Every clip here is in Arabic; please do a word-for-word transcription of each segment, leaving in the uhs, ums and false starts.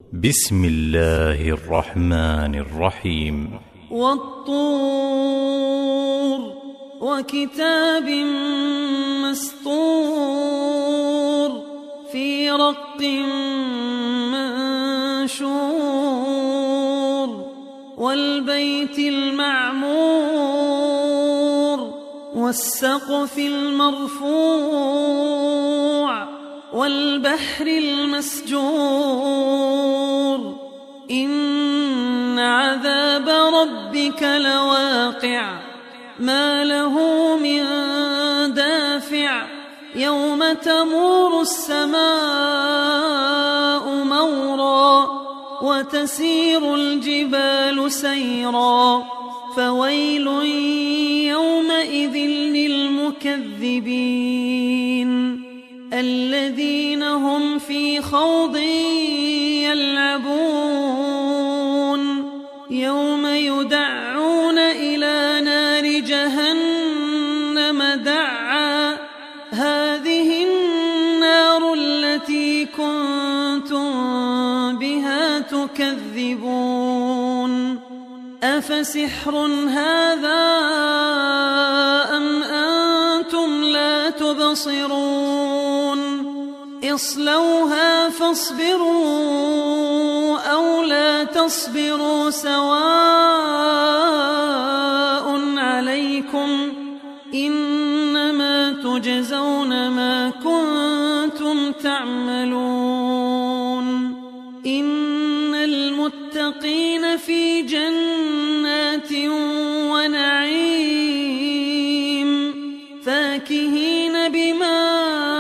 بسم الله الرحمن الرحيم. والطور وكتاب مسطور في رق منشور والبيت المعمور والسقف المرفوع والبحر المسجور إن عذاب ربك لواقع ما له من دافع يوم تمور السماء مورا وتسير الجبال سيرا فويل يومئذ للمكذبين الذين هم في خوض يلعبون يوم يدعون إلى نار جهنم دعا هذه النار التي كنتم بها تكذبون أفسحر هذا أم أنتم لا تبصرون اصلوها فاصبروا أو لا تصبروا سواء عليكم إنما تجزون ما كنتم تعملون إن المتقين في جنات ونعيم فاكهين بما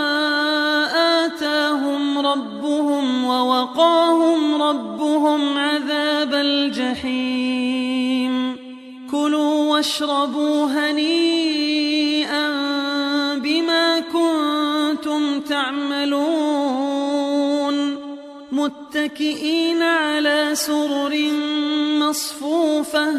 ربهم ووقاهم ربهم عذاب الجحيم كلوا واشربوا هنيئا بما كنتم تعملون متكئين على سرر مصفوفة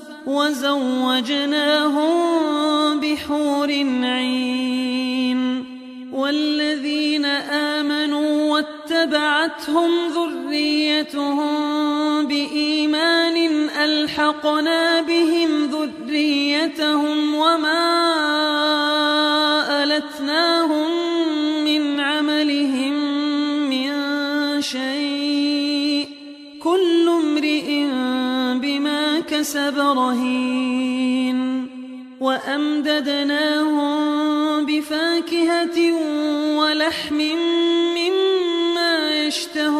وزوجناهم بحور عين والذين آمنوا واتبعتهم ذريتهم بإيمان ألحقنا بهم ذريتهم وما ألتناهم من عملهم من شيء كل امرئ بما كسب رهين وأمددناهم بفاكهة ولحم مما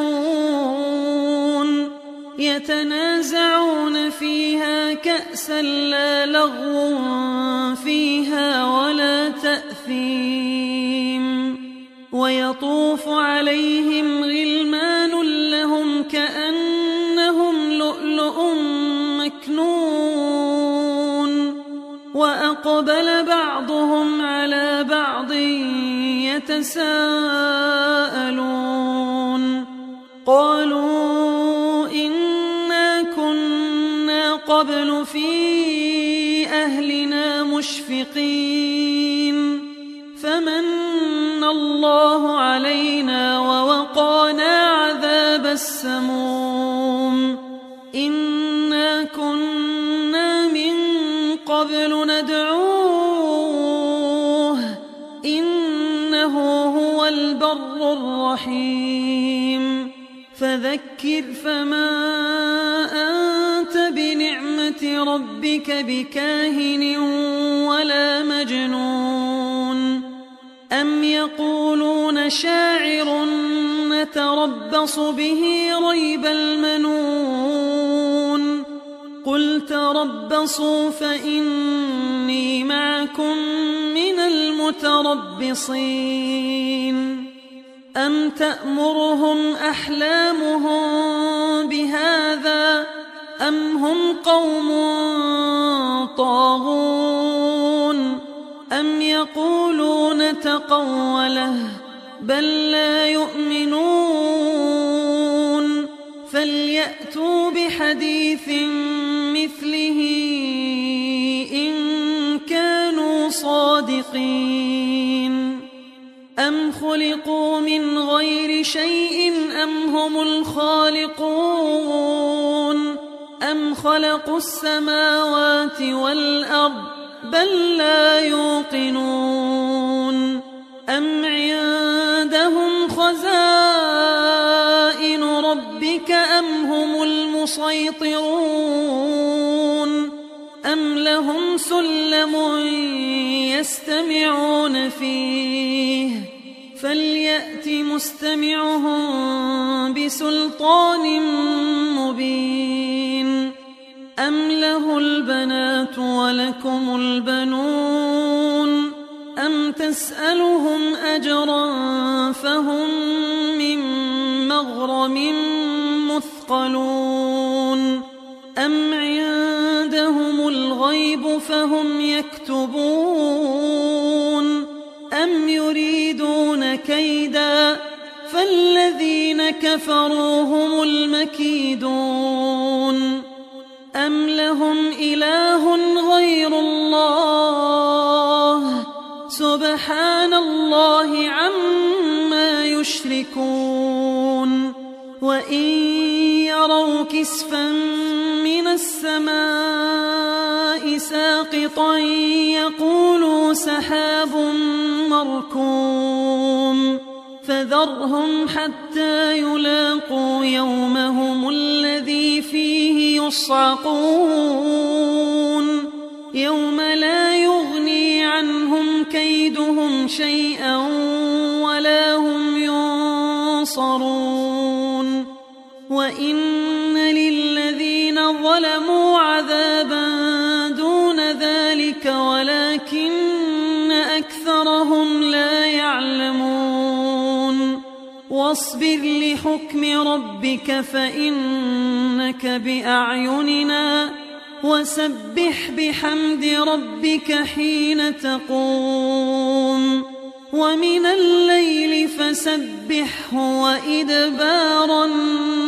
يشتهون يتنازعون فيها كأسا لا لغو فيها ولا تأثيم ويطوف عليهم غلمان لهم كأنهم لؤلؤ مكنون وأقبل بعضهم على بعض يتساءلون قالوا إنا كنا قبل في أهلنا مشفقين فمن الله علينا ووقانا عذاب السموم إنا كنا من قبل ندعوه إنه هو البر الرحيم فذكر فما أنت بنعمة ربك بكاهن ولا مجنون أم يقولون شاعر نتربص به ريب المنون قل تربصوا فإني معكم من المتربصين أم تأمرهم أحلامهم بهذا أم هم قوم طاغون أم يقولون تقوله بل لا يؤمنون فليأتوا بحديث مثله إن كانوا صادقين أم خلقوا من غير شيء أم هم الخالقون أم خلقوا السماوات والأرض بل لا يوقنون أم عندهم خزائن ربك أم هم المسيطرون أم لهم سلم يستمعون فيه فليأت مستمعهم بسلطان مبين أم له البنات ولكم البنون أم تسألهم أجرا فهم من مغرم مثقلون أم عندهم الغيب فهم يكتبون أم يريدون كيدا فالذين كفروا هم المكيدون أم لهم إله غير الله سبحان الله عما يشركون وإن يروا كسفا من السماء ساقطا يقولوا سحاب مركوم فذرهم حتى يلاقوا يومهم الذي فيه يصعقون يوم لا يغني عنهم كيدهم شيئا ولا هم ينصرون وإن للذين ظلموا عذابا دون ذلك ولكن أكثرهم لا يعلمون واصبر لحكم ربك فإنك بأعيننا وسبح بحمد ربك حين تقوم ومن الليل فسبحه وإدبار النجوم